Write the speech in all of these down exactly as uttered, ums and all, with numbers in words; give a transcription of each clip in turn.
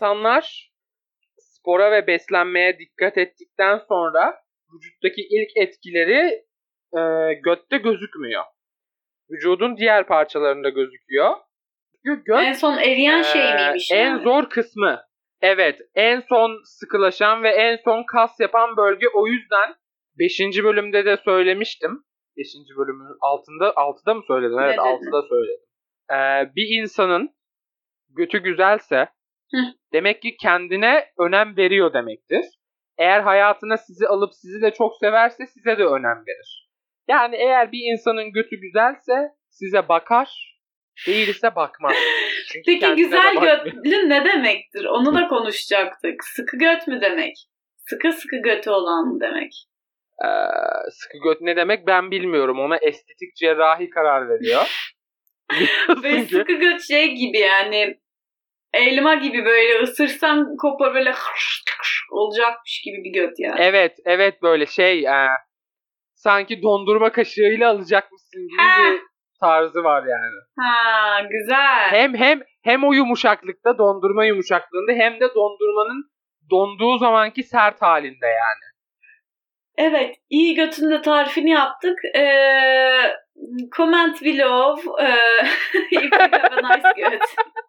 İnsanlar spora ve beslenmeye dikkat ettikten sonra vücuttaki ilk etkileri e, götte gözükmüyor. Vücudun diğer parçalarında gözüküyor. Göt, en son eriyen e, şey miymiş en yani? zor kısmı. Evet, en son sıkılaşan ve en son kas yapan bölge. O yüzden beşinci bölümde de söylemiştim. beşinci bölümün altında, altıda mı söyledim? Evet, altıda söyledim. Ee, bir insanın götü güzelse Hı. demek ki kendine önem veriyor demektir. Eğer hayatına sizi alıp sizi de çok severse size de önem verir. Yani eğer bir insanın götü güzelse size bakar, değilse bakmaz. Çünkü peki güzel götlü ne demektir? Onu da konuşacaktık. Sıkı göt mü demek? Sıkı sıkı götü olan mı demek? Ee, sıkı göt ne demek ben bilmiyorum. Ona estetik cerrahi karar veriyor. Böyle ki... sıkı göt şey gibi yani elma gibi böyle ısırsan kopar böyle olacakmış gibi bir göt yani. Evet, evet böyle şey e, sanki dondurma kaşığıyla alacakmışsın gibi ha. bir tarzı var yani. Ha, güzel. Hem hem hem o yumuşaklıkta, dondurma yumuşaklığında hem de dondurmanın donduğu zamanki sert halinde yani. Evet, iyi götün de tarifini yaptık. Ee, comment below uh, if you have a nice göt.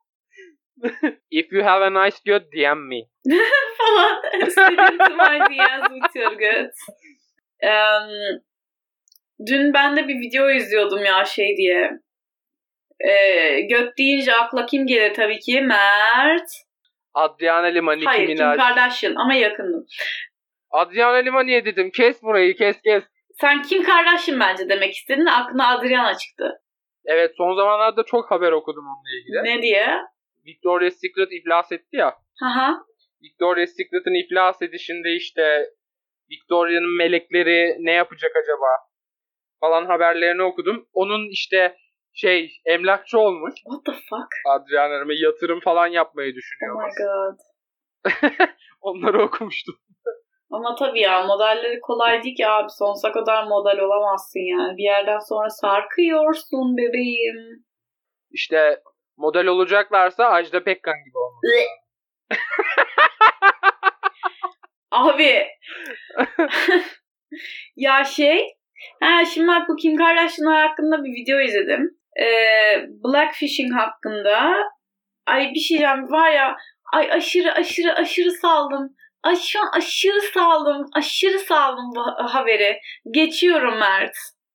If you have a nice göt, D M me. falan. Send to my D Ms with your göt. Um, dün ben de bir video izliyordum ya şey diye. Ee, göt deyince akla kim gelir tabii ki? Mert. Adriana Lima, Nicki Hayır, Minaj. Kim Kardashian ama yakındım. Adriana Lima niye dedim? Kes burayı, kes kes. Sen Kim Kardashian bence demek istedin de aklına Adriana çıktı. Evet, son zamanlarda çok haber okudum onunla ilgili. Ne diye? Victoria's Secret iflas etti ya. Aha. Victoria's Secret'ın iflas edişinde işte Victoria'nın melekleri ne yapacak acaba falan haberlerini okudum. Onun işte şey emlakçı olmuş. What the fuck? Adriana Lima yatırım falan yapmayı düşünüyormuş. Oh my god. Onları okumuştum. Ama tabii ya modelleri kolay değil ki abi. Sonsuza kadar model olamazsın yani. Bir yerden sonra sarkıyorsun bebeğim. İşte model olacaklarsa Ajda Pekkan gibi olmalı. Abi. ya şey. Ha, şimdi bak bu Kim Kardashian'lar hakkında bir video izledim. Ee, Blackfishing hakkında. Ay bir şey diyeceğim var ya. Ay aşırı aşırı aşırı saldım. Ay şu an aşırı saldım. Aşırı saldım bu haberi. Geçiyorum Mert.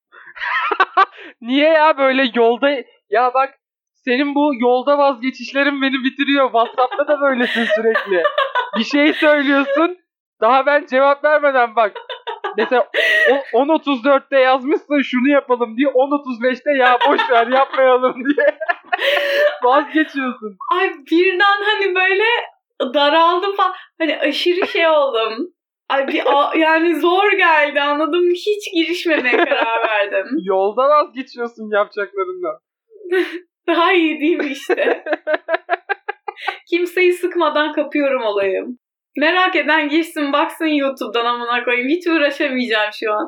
Niye ya böyle yolda... Ya bak senin bu yolda vazgeçişlerin beni bitiriyor. WhatsApp'ta da böylesin sürekli. Bir şey söylüyorsun. Daha ben cevap vermeden bak. Mesela on otuz dörtte yazmışsın şunu yapalım diye. on otuz beşte ya boş ver yapmayalım diye. Vazgeçiyorsun. Ay birden hani böyle daraldım falan. Hani aşırı şey oldum. Ay bir yani zor geldi anladım. Hiç girişmemeye karar verdim. Yolda vazgeçiyorsun yapacaklarından. Daha iyi değil mi işte? Kimseyi sıkmadan kapıyorum olayı. Merak eden girsin baksın YouTube'dan amına koyayım. Hiç uğraşamayacağım şu an.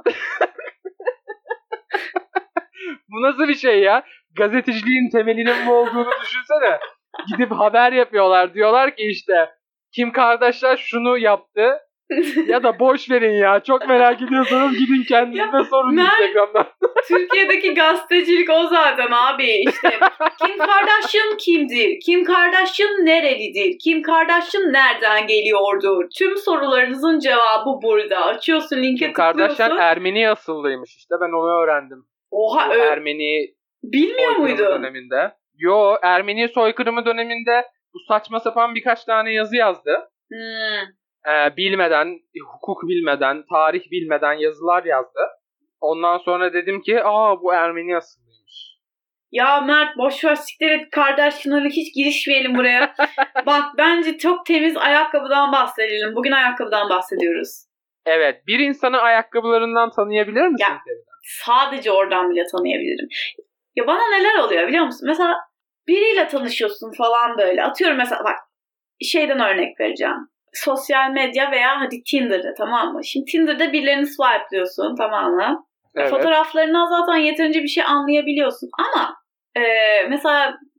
Bu nasıl bir şey ya? Gazeteciliğin temelinin bu olduğunu düşünsene. Gidip haber yapıyorlar. Diyorlar ki işte Kim Kardashian şunu yaptı. Ya da boş verin ya. Çok merak ediyorsanız gidin kendinize sorun Instagram'dan. Türkiye'deki gazetecilik o zaten abi. İşte Kim Kardashian kimdir? Kim Kardashian nerelidir? Kim Kardashian nereden geliyordur? Tüm sorularınızın cevabı burada. Açıyorsun linke Kim tıklıyorsun. Kim Kardashian Ermeni asıllıymış işte. Ben onu öğrendim. Oha. Bu Ö- Ermeni bilmiyor muydun? Döneminde. Yo, Ermeni soykırımı döneminde bu saçma sapan birkaç tane yazı yazdı. Hmm. Ee, bilmeden, hukuk bilmeden, tarih bilmeden yazılar yazdı. Ondan sonra dedim ki aa bu Ermeni asıllıymış. Ya Mert boşver siktir et Kardashian'lara hiç girişmeyelim buraya. Bak bence çok temiz ayakkabıdan bahsedelim. Bugün ayakkabıdan bahsediyoruz. Evet, bir insanı ayakkabılarından tanıyabilir misin? Ya, sadece oradan bile tanıyabilirim. Ya bana neler oluyor biliyor musun? Mesela biriyle tanışıyorsun falan böyle. Atıyorum mesela bak şeyden örnek vereceğim. Sosyal medya veya hadi Tinder'da tamam mı? Şimdi Tinder'da birilerini swipe'lıyorsun tamam mı? Evet. Fotoğraflarından zaten yeterince bir şey anlayabiliyorsun. Ama e, mesela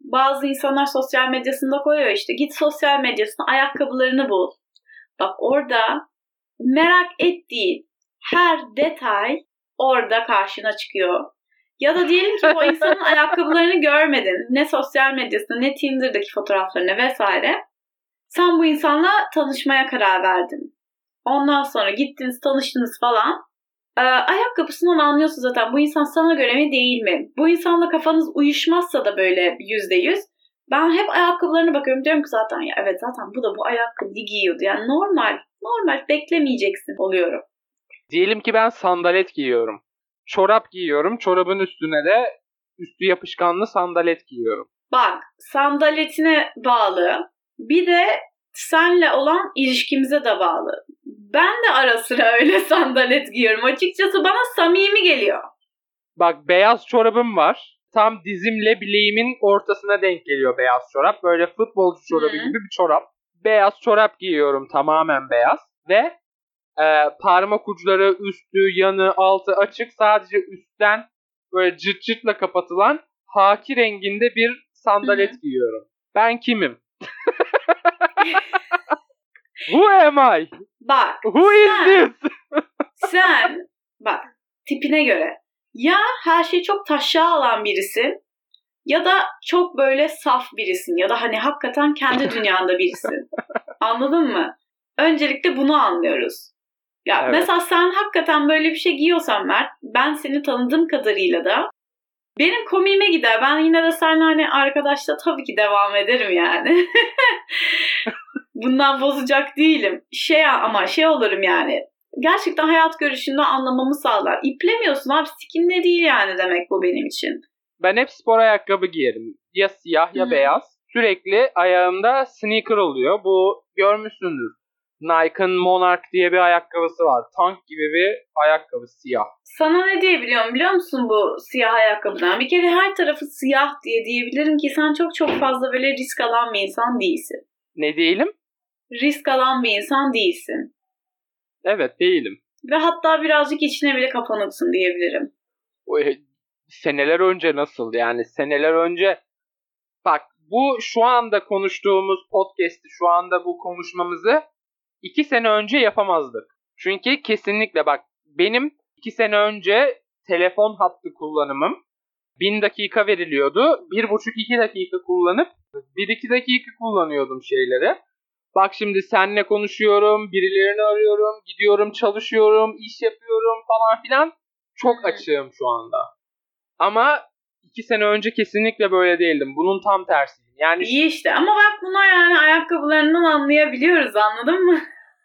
bazı insanlar sosyal medyasında koyuyor işte. Git sosyal medyasına ayakkabılarını bul. Bak orada merak ettiğin her detay orada karşına çıkıyor. Ya da diyelim ki o insanın ayakkabılarını görmedin. Ne sosyal medyasında ne Tinder'daki fotoğraflarına vesaire. Sen bu insanla tanışmaya karar verdin. Ondan sonra gittiniz, tanıştınız falan. Ee, ayakkabısından anlıyorsun zaten bu insan sana göre mi değil mi? Bu insanla kafanız uyuşmazsa da böyle yüzde yüz. Ben hep ayakkabılarına bakıyorum, diyorum ki zaten ya evet zaten bu da bu ayakkabıyı giyiyordu. Yani normal, normal beklemeyeceksin oluyorum. Diyelim ki ben sandalet giyiyorum. Çorap giyiyorum. Çorabın üstüne de üstü yapışkanlı sandalet giyiyorum. Bak sandaletine bağlı. Bir de senle olan ilişkimize de bağlı. Ben de ara sıra öyle sandalet giyiyorum. Açıkçası bana samimi geliyor. Bak beyaz çorabım var. Tam dizimle bileğimin ortasına denk geliyor beyaz çorap. Böyle futbolcu çorabı Hı. gibi bir çorap. Beyaz çorap giyiyorum, tamamen beyaz. Ve e, parmak uçları, üstü, yanı, altı açık. Sadece üstten böyle cırt cırtla kapatılan haki renginde bir sandalet Hı. giyiyorum. Ben kimim? Who am I? Bak. Who is sen, this? sen bak tipine göre ya her şeyi çok taşağı alan birisin ya da çok böyle saf birisin ya da hani hakikaten kendi dünyanda birisin. Anladın mı? Öncelikle bunu anlıyoruz. Ya evet. Mesela sen hakikaten böyle bir şey giyiyorsan Mert, ben seni tanıdığım kadarıyla da benim komiğime gider. Ben yine de seninle hani arkadaşla tabii ki devam ederim yani. Bundan bozacak değilim. Şey ama şey olurum yani. Gerçekten hayat görüşünü anlamamı sağlar. İplemiyorsun abi. Sikinle değil yani demek bu benim için. Ben hep spor ayakkabı giyerim. Ya siyah ya Hı. beyaz. Sürekli ayağımda sneaker oluyor. Bu görmüşsündür. Nike'ın Monarch diye bir ayakkabısı var. Tank gibi bir ayakkabı, siyah. Sana ne diyebiliyorum biliyor musun bu siyah ayakkabıdan? Bir kere her tarafı siyah diye diyebilirim ki sen çok çok fazla böyle risk alan bir insan değilsin. Ne değilim? Risk alan bir insan değilsin. Evet, değilim. Ve hatta birazcık içine bile kapanıksın diyebilirim. O, seneler önce nasıl? Yani seneler önce bak bu şu anda konuştuğumuz podcast'i, şu anda bu konuşmamızı iki sene önce yapamazdık. Çünkü kesinlikle bak benim iki sene önce telefon hattı kullanımım bin dakika veriliyordu. Bir buçuk iki dakika kullanıp bir iki dakika kullanıyordum şeyleri. Bak şimdi seninle konuşuyorum, birilerini arıyorum, gidiyorum, çalışıyorum, iş yapıyorum falan filan. Çok açığım şu anda. Ama iki sene önce kesinlikle böyle değildim. Bunun tam tersiyim. Yani İyi işte ama bak buna yani ayakkabılarından anlayabiliyoruz, anladın mı?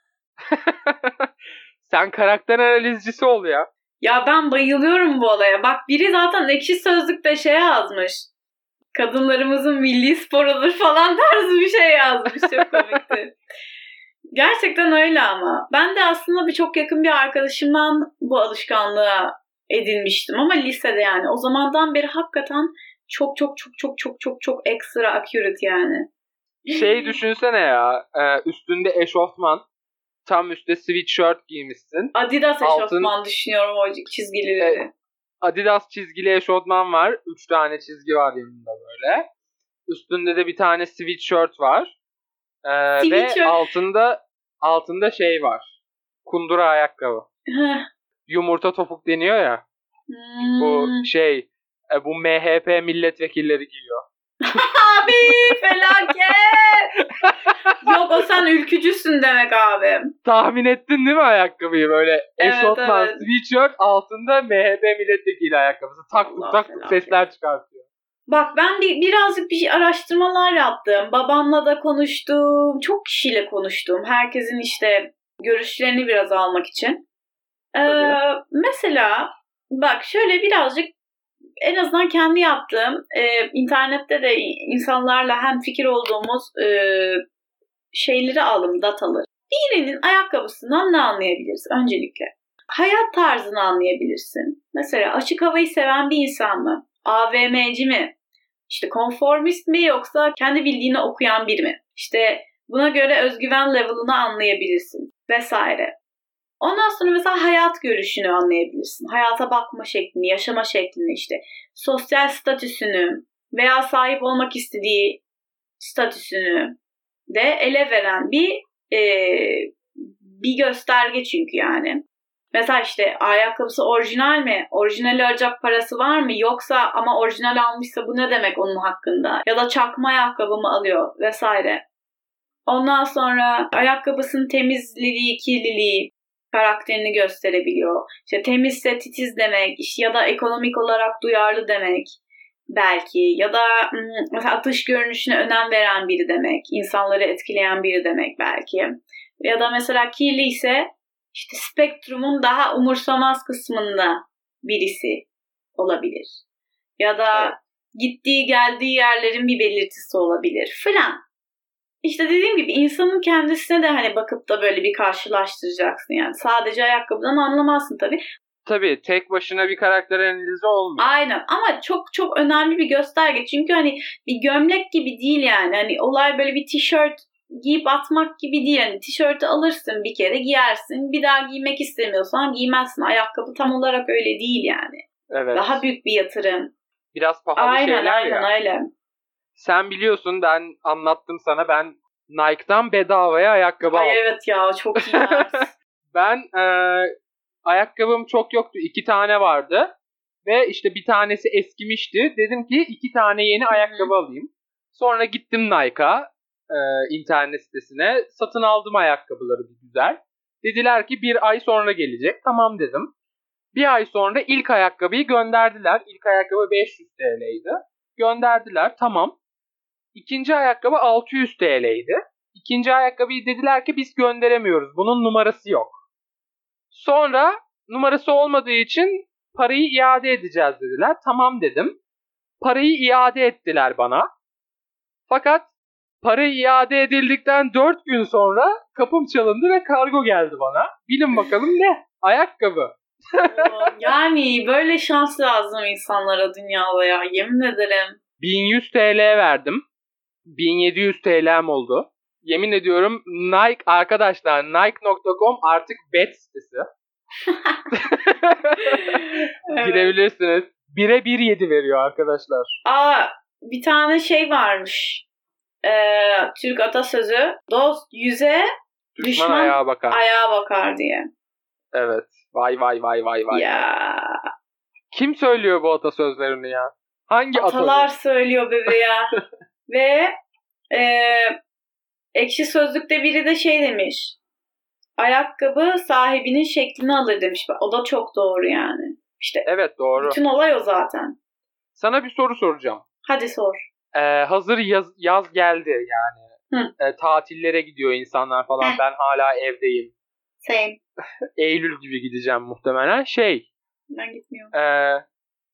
Sen karakter analizcisi ol ya. Ya ben bayılıyorum bu olaya. Bak biri zaten Ekşi Sözlük'te şey yazmış. Kadınlarımızın milli sporudur falan tarzı bir şey yazmış. Çok komikti. Gerçekten öyle ama. Ben de aslında bir çok yakın bir arkadaşımdan bu alışkanlığı edinmiştim. Ama lisede yani. O zamandan beri hakikaten çok çok çok çok çok çok çok ekstra accurate yani. Şey düşünsene ya. Üstünde eşofman. Tam üstte sweatshirt giymişsin. Adidas eşofman Altın... düşünüyorum o çizgileri. Adidas çizgili eşofman var. Üç tane çizgi var yanında böyle. Üstünde de bir tane sweatshirt var. Ee, ve altında altında şey var. Kundura ayakkabı. Yumurta topuk deniyor ya. Hmm. Bu şey bu M H P milletvekilleri giyiyor. Abi felaket. Yok o sen ülkücüsün demek abi. Tahmin ettin değil mi ayakkabıyı böyle evet, eşofman, evet. sweatshirt altında M H P milletvekili ayakkabısı. Taktuk taktuk sesler çıkartıyor. Bak ben bir, birazcık bir araştırmalar yaptım. Babamla da konuştum. Çok kişiyle konuştum. Herkesin işte görüşlerini biraz almak için. Ee, mesela bak şöyle birazcık en azından kendi yaptığım e, internette de insanlarla hemfikir olduğumuz e, şeyleri aldım, dataları. Birinin ayakkabısından ne anlayabiliriz öncelikle? Hayat tarzını anlayabilirsin. Mesela açık havayı seven bir insan mı? A V M'ci mi? İşte konformist mi yoksa kendi bildiğini okuyan biri mi? İşte buna göre özgüven level'ını anlayabilirsin vesaire. Ondan sonra mesela hayat görüşünü anlayabilirsin. Hayata bakma şeklini, yaşama şeklini işte. Sosyal statüsünü, veya sahip olmak istediği statüsünü de ele veren bir e, bir gösterge çünkü yani. Mesela işte ayakkabısı orijinal mi? Orijinal alacak parası var mı? Yoksa ama orijinal almışsa bu ne demek onun hakkında? Ya da çakma ayakkabı mı alıyor vesaire. Ondan sonra ayakkabısının temizliği, kirliliği karakterini gösterebiliyor. İşte temizse titiz demek ya da ekonomik olarak duyarlı demek belki. Ya da mesela dış görünüşüne önem veren biri demek. İnsanları etkileyen biri demek belki. Ya da mesela kirli ise işte spektrumun daha umursamaz kısmında birisi olabilir. Ya da evet. Gittiği geldiği yerlerin bir belirtisi olabilir falan. İşte dediğim gibi insanın kendisine de hani bakıp da böyle bir karşılaştıracaksın yani. Sadece ayakkabıdan anlamazsın tabii. Tabii tek başına bir karakter analizi olmuyor. Aynen ama çok çok önemli bir gösterge. Çünkü hani bir gömlek gibi değil yani. Hani olay böyle bir tişört giyip atmak gibi değil. Yani tişörtü alırsın bir kere giyersin. Bir daha giymek istemiyorsan giymezsin. Ayakkabı tam olarak öyle değil yani. Evet. Daha büyük bir yatırım. Biraz pahalı aynen, şeyler aynen, ya. Aynen öyle. Sen biliyorsun ben anlattım sana ben Nike'dan bedavaya ayakkabı Ay aldım. Evet ya çok iyi. Ben e, ayakkabım çok yoktu. İki tane vardı. Ve işte bir tanesi eskimişti. Dedim ki iki tane yeni Hı-hı. ayakkabı alayım. Sonra gittim Nike'a e, internet sitesine. Satın aldım ayakkabıları bir güzel. Dediler ki bir ay sonra gelecek. Tamam dedim. Bir ay sonra ilk ayakkabıyı gönderdiler. İlk ayakkabı beş yüz TL'ydi. Gönderdiler. Tamam. İkinci ayakkabı altı yüz TL'ydi. İkinci ayakkabıyı dediler ki biz gönderemiyoruz. Bunun numarası yok. Sonra numarası olmadığı için parayı iade edeceğiz dediler. Tamam dedim. Parayı iade ettiler bana. Fakat para iade edildikten dört gün sonra kapım çalındı ve kargo geldi bana. Bilin bakalım ne? Ayakkabı. Yani böyle şans lazım insanlara dünyada ya. Yemin ederim. bin yüz TL verdim. bin yedi yüz TL'm oldu. Yemin ediyorum Nike arkadaşlar Nike nokta com artık bet sitesi. Evet. Girebilirsiniz. bire bir yedi veriyor arkadaşlar. Aa, bir tane şey varmış. Ee, Türk atasözü. Dost yüze, düşman, düşman ayağa bakar. ayağa bakar diye. Evet. Vay vay vay vay vay. Ya. Kim söylüyor bu atasözlerini ya? Hangi Atalar atasözü? söylüyor bebeğe. Ve e, Ekşi Sözlük'te biri de şey demiş. Ayakkabı sahibinin şeklini alır demiş. O da çok doğru yani. İşte evet doğru. Bütün olay o zaten. Sana bir soru soracağım. Hadi sor. Ee, hazır yaz, yaz geldi yani. Ee, tatillere gidiyor insanlar falan. Heh. Ben hala evdeyim. Same. Eylül gibi gideceğim muhtemelen. Şey. Ben gitmiyorum. Ee...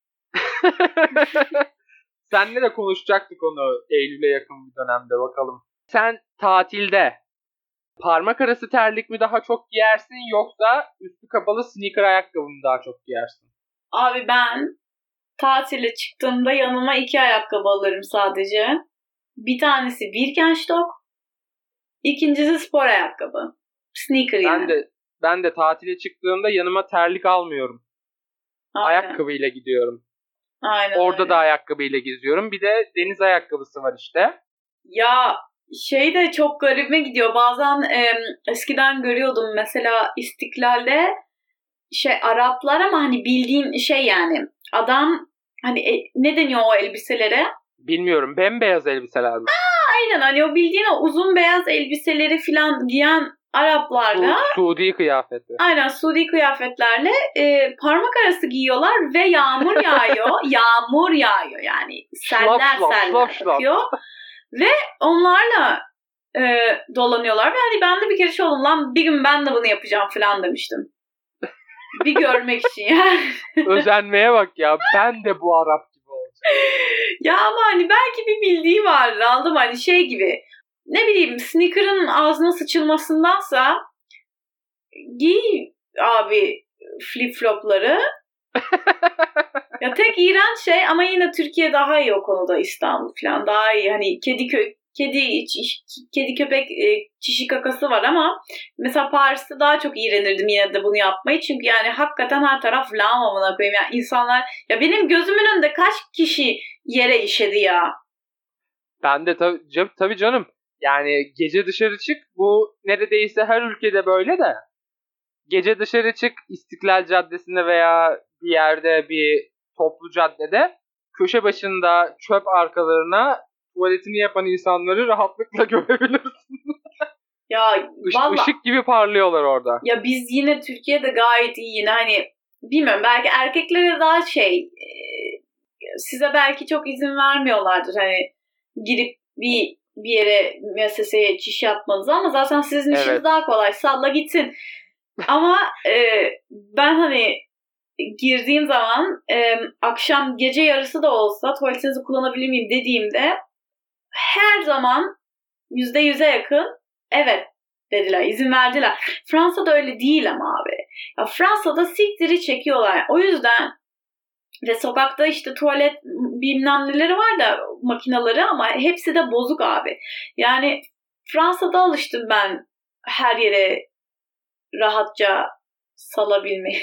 Seninle de konuşacaktık onu Eylül'e yakın bir dönemde bakalım. Sen tatilde parmak arası terlik mi daha çok giyersin yoksa üstü kapalı sneaker ayakkabı mı daha çok giyersin? Abi ben tatile çıktığımda yanıma iki ayakkabı alırım sadece. Bir tanesi Birkenstock, ikincisi spor ayakkabı. Sneaker yani. Ben de, ben de tatile çıktığımda yanıma terlik almıyorum. Aynen. Ayakkabıyla gidiyorum. Aynen Orada öyle. da ayakkabıyla geziyorum. Bir de deniz ayakkabısı var işte. Ya şey de çok garibime gidiyor. Bazen e, eskiden görüyordum mesela İstiklal'de şey Araplar ama hani bildiğin şey yani adam hani e, ne deniyor o elbiselere? Bilmiyorum. Bembeyaz elbiseler mi? Aa, aynen hani o bildiğin o uzun beyaz elbiseleri falan giyen Araplarla Su, Suudi kıyafeti. Aynen Suudi kıyafetlerle e, parmak arası giyiyorlar ve yağmur yağıyor. yağmur yağıyor yani. Seller seller akıyor. Ve onlarla e, dolanıyorlar. Ve hani ben de bir kere şey oldum lan bir gün ben de bunu yapacağım falan demiştim. Bir görmek için yani. Özenmeye bak ya. Ben de bu Arap gibi olacağım. Ya ama hani belki bir bildiği vardır aldım hani şey gibi. Ne bileyim sneaker'ın ağzına sıçılmasındansa giy abi flip-flopları. Ya tek iğrenç şey ama yine Türkiye daha iyi o konuda İstanbul falan daha iyi. Hani kedi kö kedi çiş, kedi köpek e, çişi kakası var ama mesela Paris'te daha çok iğrenirdim yine de bunu yapmayı. Çünkü yani hakikaten her taraf lağım amına koyayım. Yani insanlar ya benim gözümün önünde kaç kişi yere işedi ya. Ben de tabii, tabii canım. Yani gece dışarı çık, bu neredeyse her ülkede böyle de. Gece dışarı çık İstiklal Caddesi'nde veya bir yerde, bir toplu caddede, köşe başında çöp arkalarına tuvaletini yapan insanları rahatlıkla görebilirsin. Ya Iş, valla. Işık gibi parlıyorlar orada. Ya biz yine Türkiye'de gayet iyi yine hani bilmiyorum belki erkeklere daha şey e, size belki çok izin vermiyorlardır hani girip bir bir yere müesseseye çiş yapmanıza ama zaten sizin işiniz evet. Daha kolay salla gitsin. Ama e, ben hani girdiğim zaman e, akşam gece yarısı da olsa tuvaletinizi kullanabilir miyim dediğimde her zaman yüzde yüze yakın evet dediler, izin verdiler. Fransa'da öyle değil ama abi. Ya Fransa'da siktiri çekiyorlar. O yüzden ve sokakta işte tuvalet bilmem neleri var da makineleri ama hepsi de bozuk abi. Yani Fransa'da alıştım ben her yere rahatça salabilmeyi.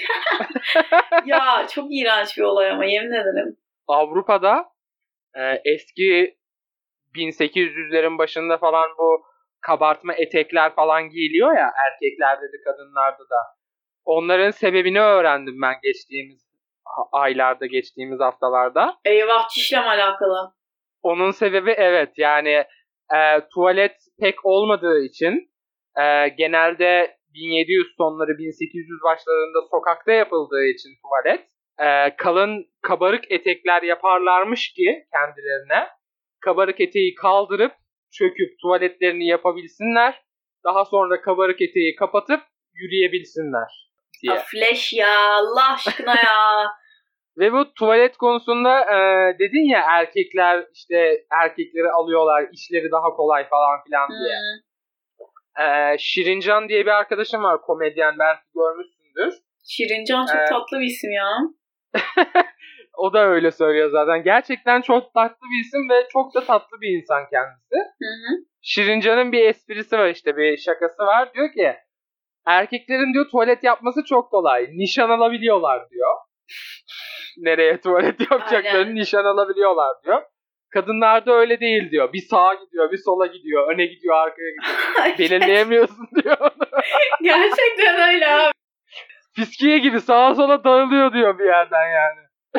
Ya çok iğrenç bir olay ama yemin ederim. Avrupa'da e, eski bin sekiz yüzlerin başında falan bu kabartma etekler falan giyiliyor ya, erkeklerde de kadınlarda da. Onların sebebini öğrendim ben geçtiğimiz aylarda, geçtiğimiz haftalarda. Eyvah, çişle mi alakalı? Onun sebebi evet yani e, tuvalet pek olmadığı için e, genelde bin yedi yüz sonları bin sekiz yüz başlarında sokakta yapıldığı için tuvalet e, kalın kabarık etekler yaparlarmış ki kendilerine kabarık eteği kaldırıp çöküp tuvaletlerini yapabilsinler. Daha sonra kabarık eteği kapatıp yürüyebilsinler diye. Flash ya Allah aşkına ya. Ve bu tuvalet konusunda e, dedin ya erkekler işte erkekleri alıyorlar işleri daha kolay falan filan diye. Hmm. E, Şirincan diye bir arkadaşım var, komedyen, belki görmüşsündür. Şirincan çok ee, tatlı bir isim ya. O da öyle söylüyor zaten. Gerçekten çok tatlı bir isim ve çok da tatlı bir insan kendisi. Hı hı. Şirincan'ın bir esprisi var, işte bir şakası var. Diyor ki erkeklerin diyor tuvalet yapması çok kolay. Nişan alabiliyorlar diyor. Nereye tuvalet yapacaklarını nişan alabiliyorlar diyor. Kadınlarda öyle değil diyor. Bir sağa gidiyor, bir sola gidiyor, öne gidiyor, arkaya gidiyor. Belirleyemiyorsun diyor. Gerçekten öyle abi. Fiskiye gibi sağa sola dağılıyor diyor bir yerden yani.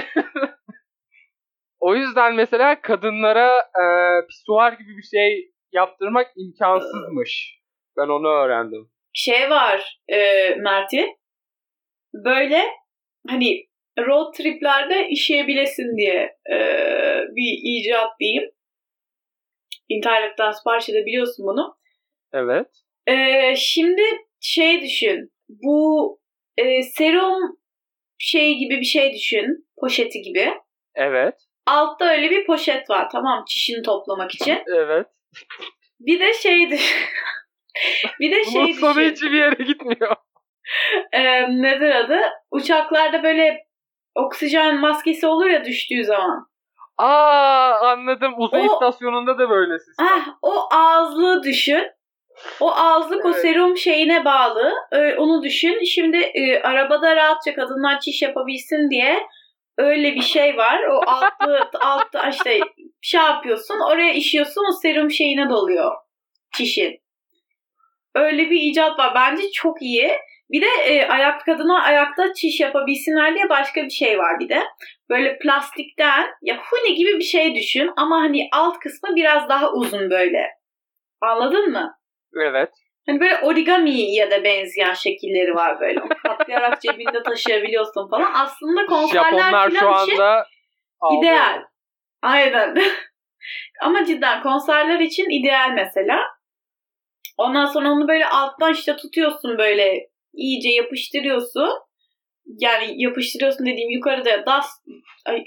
O yüzden mesela kadınlara e, pisuar gibi bir şey yaptırmak imkansızmış. Ben onu öğrendim. Şey var e, Mert'i. Böyle hani road triplerde işeyebilesin diye e, bir icat diyeyim. İnternetten sipariş edebiliyorsun bunu. Evet. E, şimdi şey düşün. Bu e, serum şey gibi bir şey düşün. Poşeti gibi. Evet. Altta öyle bir poşet var, tamam, çişini toplamak için. Evet. Bir de şey düşün. bir de şey düşün. Bunun sonu hiç bir yere gitmiyor. Ee, nedir adı? Uçaklarda böyle oksijen maskesi olur ya düştüğü zaman. Aa, anladım. Uzay o, istasyonunda da böyle sistem. Ah, o ağızlığı düşün. O ağızlık evet. O serum şeyine bağlı. Ee, onu düşün. Şimdi e, arabada rahatça kadınlar çiş yapabilsin diye öyle bir şey var. O altlı altta işte şey yapıyorsun. Oraya işiyorsun. O serum şeyine doluyor çişin. Öyle bir icat var. Bence çok iyi. Bir de e, ayak kadına ayakta çiş yapabilsinler diye başka bir şey var bir de. Böyle plastikten ya huni gibi bir şey düşün ama hani alt kısmı biraz daha uzun böyle. Anladın mı? Evet. Hani böyle origamiye de benzeyen şekilleri var böyle. Katlayarak cebinde taşıyabiliyorsun falan. Aslında konserler falan şu anda için ideal. Aynen. Ama cidden konserler için ideal mesela. Ondan sonra onu böyle alttan işte tutuyorsun, böyle iyice yapıştırıyorsun. Yani yapıştırıyorsun dediğim yukarıda das... Ay.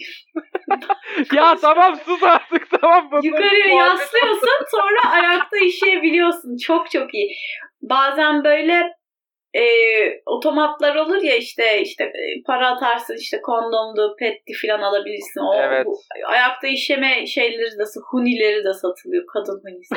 Ya tamam sus artık, tamam. Yukarıya yaslıyorsun, sonra ayakta işeyebiliyorsun. Çok çok iyi. Bazen böyle e, otomatlar olur ya işte işte e, para atarsın işte kondomdu, petti falan alabilirsin. O, evet. Bu, ayakta işeme şeyleri de, hunileri de satılıyor. Kadın hunisi.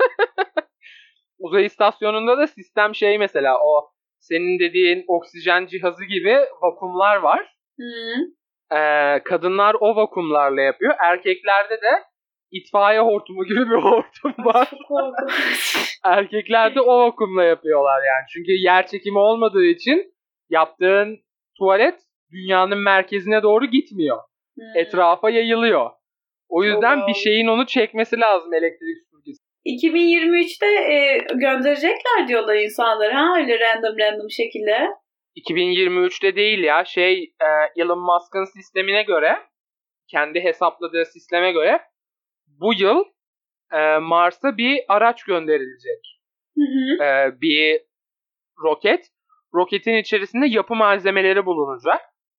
Uzay istasyonunda da sistem şey mesela, o senin dediğin oksijen cihazı gibi vakumlar var. Hı. Ee, kadınlar o vakumlarla yapıyor. Erkeklerde de itfaiye hortumu gibi bir hortum var. Çok korkunç. Erkeklerde o vakumla yapıyorlar yani. Çünkü yer çekimi olmadığı için yaptığın tuvalet dünyanın merkezine doğru gitmiyor. Hmm. Etrafa yayılıyor. O yüzden oh. bir şeyin onu çekmesi lazım, elektrik süpürgesi. iki bin yirmi üçte e, gönderecekler diyorlar insanları, ha, öyle random random şekilde. iki bin yirmi üçte değil ya, şey e, Elon Musk'ın sistemine göre, kendi hesapladığı sisteme göre bu yıl e, Mars'a bir araç gönderilecek. Hı hı. E, bir roket. Roketin içerisinde yapı malzemeleri bulunacak.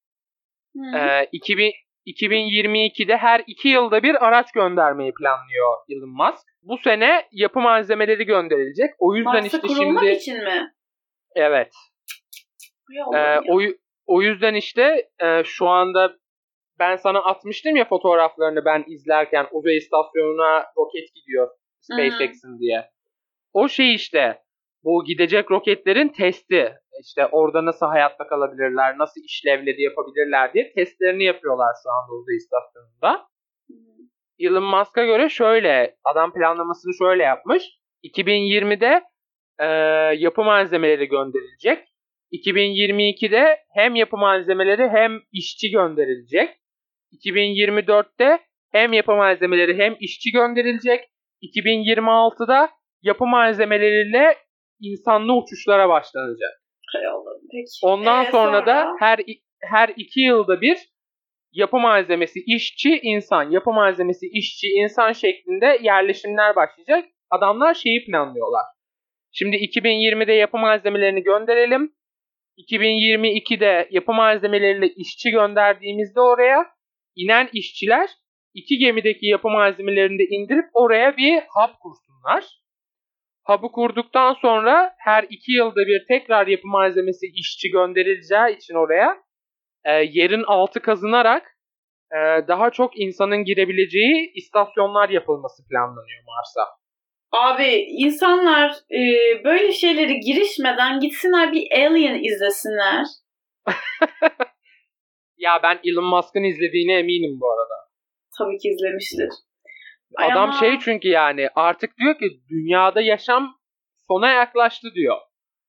E, iki bin yirmi ikide her iki yılda bir araç göndermeyi planlıyor Elon Musk. Bu sene yapı malzemeleri gönderilecek. O yüzden Mars'a işte kurulmak şimdi... için mi? Evet. Ee, o, o yüzden işte e, şu anda ben sana atmıştım ya fotoğraflarını ben izlerken, uzay istasyonuna roket gidiyor SpaceX'in diye. O şey işte, bu gidecek roketlerin testi. İşte orada nasıl hayatta kalabilirler, nasıl işlevleri yapabilirler diye testlerini yapıyorlar şu anda uzay istasyonunda. Hı-hı. Elon Musk'a göre şöyle, adam planlamasını şöyle yapmış. iki bin yirmide e, yapı malzemeleri gönderilecek. iki bin yirmi ikide hem yapı malzemeleri hem işçi gönderilecek. iki bin yirmi dörtte hem yapı malzemeleri hem işçi gönderilecek. iki bin yirmi altıda yapı malzemeleriyle insanlı uçuşlara başlanacak. Hay Allah'ım, peki. Ondan ee, sonra, sonra da her her iki yılda bir yapı malzemesi işçi insan, yapı malzemesi işçi insan şeklinde yerleşimler başlayacak. Adamlar şeyi planlıyorlar. Şimdi iki bin yirmide yapı malzemelerini gönderelim. iki bin yirmi ikide yapı malzemeleriyle işçi gönderdiğimizde oraya inen işçiler iki gemideki yapı malzemelerini de indirip oraya bir hub kursunlar. Hub'ı kurduktan sonra her iki yılda bir tekrar yapı malzemesi işçi gönderileceği için oraya e, yerin altı kazınarak e, daha çok insanın girebileceği istasyonlar yapılması planlanıyor Mars'a. Abi insanlar e, böyle şeyleri girişmeden gitsinler bir Alien izlesinler. Ya ben Elon Musk'ın izlediğine eminim bu arada. Tabii ki izlemiştir. Adam Ay şey çünkü yani artık diyor ki dünyada yaşam sona yaklaştı diyor.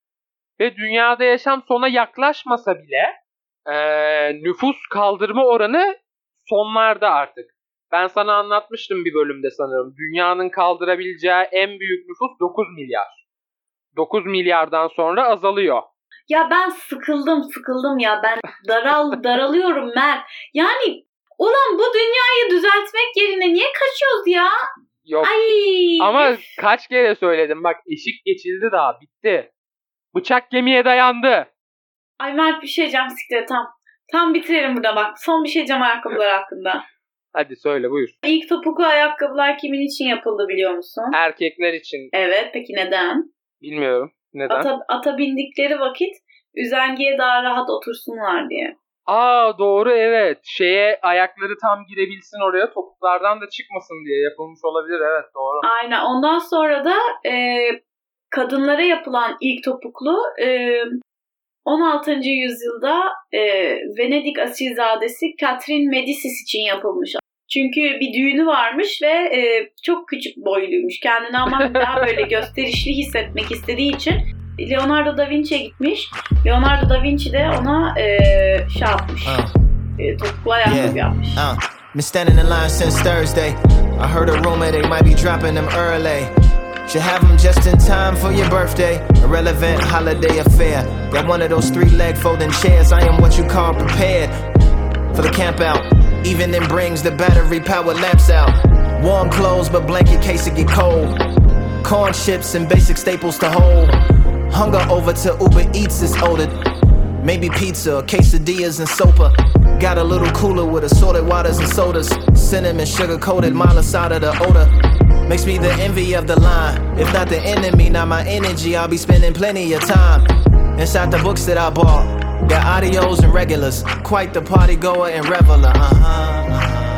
Ve dünyada yaşam sona yaklaşmasa bile e, nüfus kaldırma oranı sonlarda artık. Ben sana anlatmıştım bir bölümde sanırım. Dünyanın kaldırabileceği en büyük nüfus dokuz milyar. dokuz milyardan sonra azalıyor. Ya ben sıkıldım sıkıldım ya. Ben daral daralıyorum Mert. Yani ulan bu dünyayı düzeltmek yerine niye kaçıyoruz ya? Yok. Ay. Ama kaç kere söyledim. Bak eşik geçildi daha. Bitti. Bıçak gemiye dayandı. Ay Mert bir şey diyeceğim siktir tam. Tam bitirelim burada bak. Son bir şey diyeceğim ayakkabılar hakkında. Hadi söyle buyur. İlk topuklu ayakkabılar kimin için yapıldı biliyor musun? Erkekler için. Evet, peki neden? Bilmiyorum. Neden? Ata, ata bindikleri vakit üzengeye daha rahat otursunlar diye. Aa doğru evet. Şeye ayakları tam girebilsin oraya, topuklardan da çıkmasın diye yapılmış olabilir. Evet doğru. Aynen. Ondan sonra da e, kadınlara yapılan ilk topuklu e, on altıncı yüzyılda e, Venedik asilzadesi Catherine Medicis için yapılmış. Çünkü bir düğünü varmış ve e, çok küçük boyluymuş. Kendini ama daha böyle gösterişli hissetmek istediği için Leonardo da Vinci'ye gitmiş. Leonardo da Vinci de ona e, şey yapmış. E, topuklu ayakkabı yeah. yapmış. Uh. Been standing in line since Thursday. I heard a rumor they might be dropping them early. Should have them just in time for your birthday. Irrelevant holiday affair. Got one of those three-leg folding chairs. I am what you call prepared for the camp out. Even then brings the battery power lamps out. Warm clothes but blanket case it get cold. Corn chips and basic staples to hold. Hunger over to Uber Eats is ordered. Maybe pizza, quesadillas and sopa. Got a little cooler with assorted waters and sodas. Cinnamon sugar coated mile aside of the odor. Makes me the envy of the line. If not the enemy, not my energy, I'll be spending plenty of time inside the books that I bought. Got audios and regulars. Quite the party goer and reveler. Uh-huh.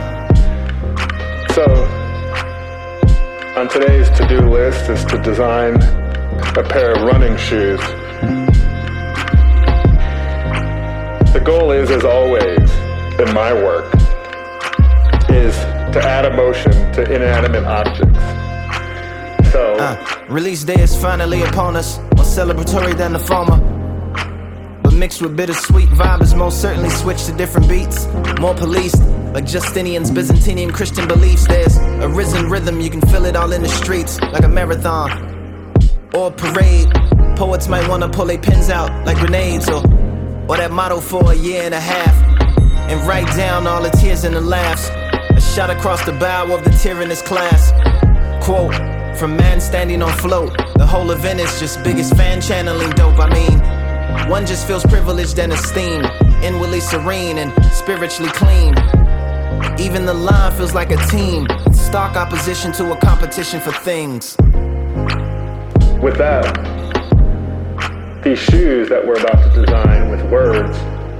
So, on today's to-do list is to design a pair of running shoes. The goal is, as always, that in my work is to add emotion to inanimate objects. So, uh, release day is finally upon us, more celebratory than the former. But mixed with bittersweet vibe is most certainly switched to different beats. More policed, like Justinian's Byzantinian Christian beliefs. There's a risen rhythm, you can feel it all in the streets, like a marathon or a parade. Poets might wanna pull their pens out like grenades, or, or that motto for a year and a half, and write down all the tears and the laughs. A shot across the bow of the tyrannous class. Quote, from man standing on float, the whole event is just biggest fan channeling dope. I mean, one just feels privileged and esteemed, inwardly serene and spiritually clean. Even the line feels like a team, in stark opposition to a competition for things. with that, these shoes that we're about to design with words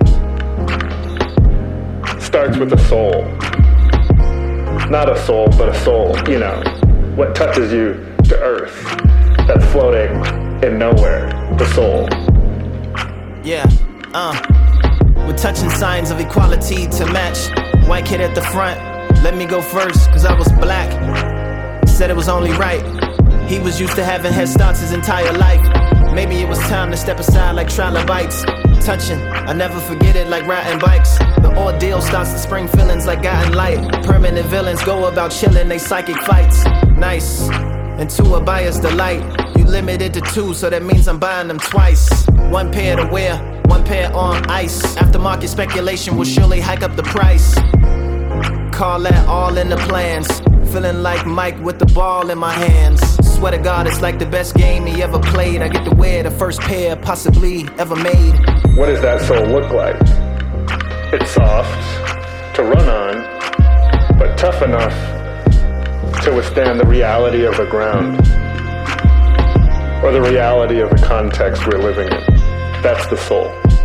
starts with a soul. Not a soul, but a soul, you know, what touches you to earth, that's floating in nowhere, the soul. Yeah, uh, we're touching signs of equality to match. White kid at the front, let me go first, cause I was black. Said it was only right. He was used to having head starts his entire life. Maybe it was time to step aside like trilobites. Touching, I never forget it like riding bikes. The ordeal starts to spring feelings like gotten light. Permanent villains go about chilling they psychic fights. Nice, and to a buyer's delight. You limited to two, so that means I'm buying them twice. One pair to wear, one pair on ice. Aftermarket speculation will surely hike up the price. Call that all in the plans. Feeling like Mike with the ball in my hands. Swear to God, it's like the best game he ever played. I get to wear the first pair possibly ever made. What does that soul look like? It's soft to run on, but tough enough to withstand the reality of the ground or the reality of the context we're living in. That's the soul.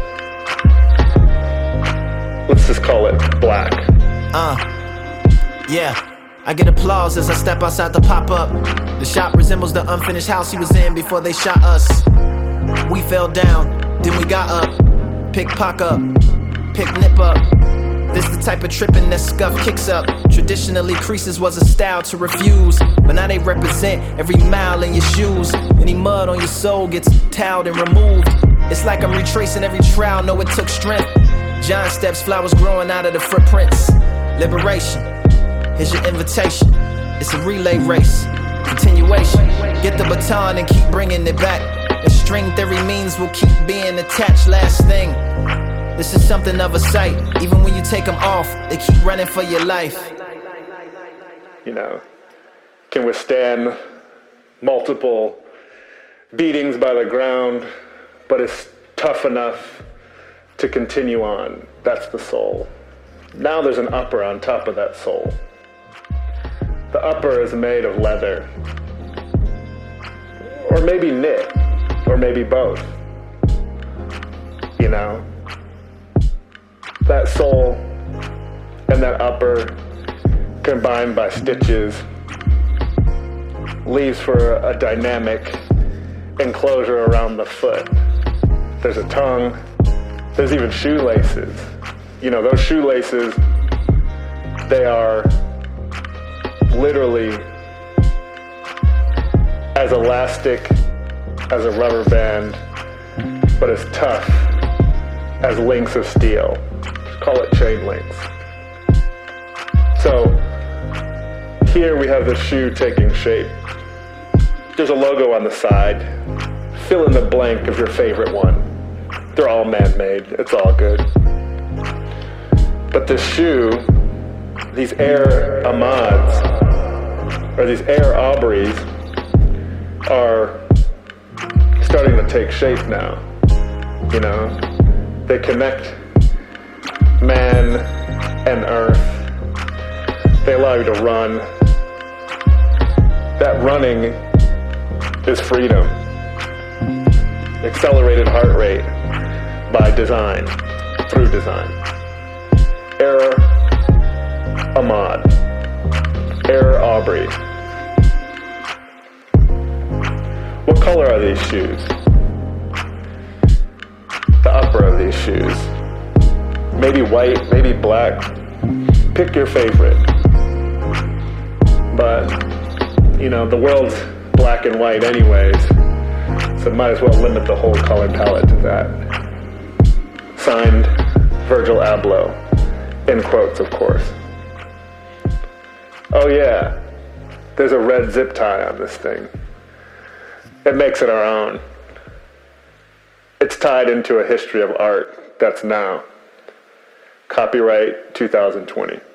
Let's just call it black. Uh, yeah. I get applause as I step outside the pop-up. The shop resembles the unfinished house he was in before they shot us. We fell down, then we got up. Pick pock up, pick nip up. This the type of tripping that scuff kicks up. Traditionally creases was a style to refuse, but now they represent every mile in your shoes. Any mud on your soul gets toweled and removed. It's like I'm retracing every trial, know it took strength. Giant steps, flowers growing out of the footprints. Liberation. Here's your invitation. It's a relay race. Continuation. Get the baton and keep bringing it back. As string theory means we'll keep being attached. Last thing. This is something of a sight. Even when you take them off, they keep running for your life. You know, can withstand multiple beatings by the ground, but it's tough enough to continue on. That's the soul. Now there's an upper on top of that soul. The upper is made of leather, or maybe knit, or maybe both. You know, that soul and that upper combined by stitches leaves for a dynamic enclosure around the foot. There's a tongue, there's even shoelaces. You know, those shoelaces, they are literally as elastic as a rubber band, but as tough as links of steel. Just call it chain links. So here we have the shoe taking shape. There's a logo on the side. Fill in the blank of your favorite one. They're all man-made. It's all good. But this shoe, these Air Ahmads, or these Air Aubreys, are starting to take shape now. You know, they connect man and earth. They allow you to run. That running is freedom. Accelerated heart rate by design, through design. Air Ahmad, Air Aubrey. What color are these shoes? The upper of these shoes. maybe white, maybe black. Pick your favorite. But, you know, the world's black and white anyways, so might as well limit the whole color palette to that. Signed, Virgil Abloh. In quotes, of course. Oh yeah, there's a red zip tie on this thing. It makes it our own. It's tied into a history of art that's now. Copyright two thousand twenty.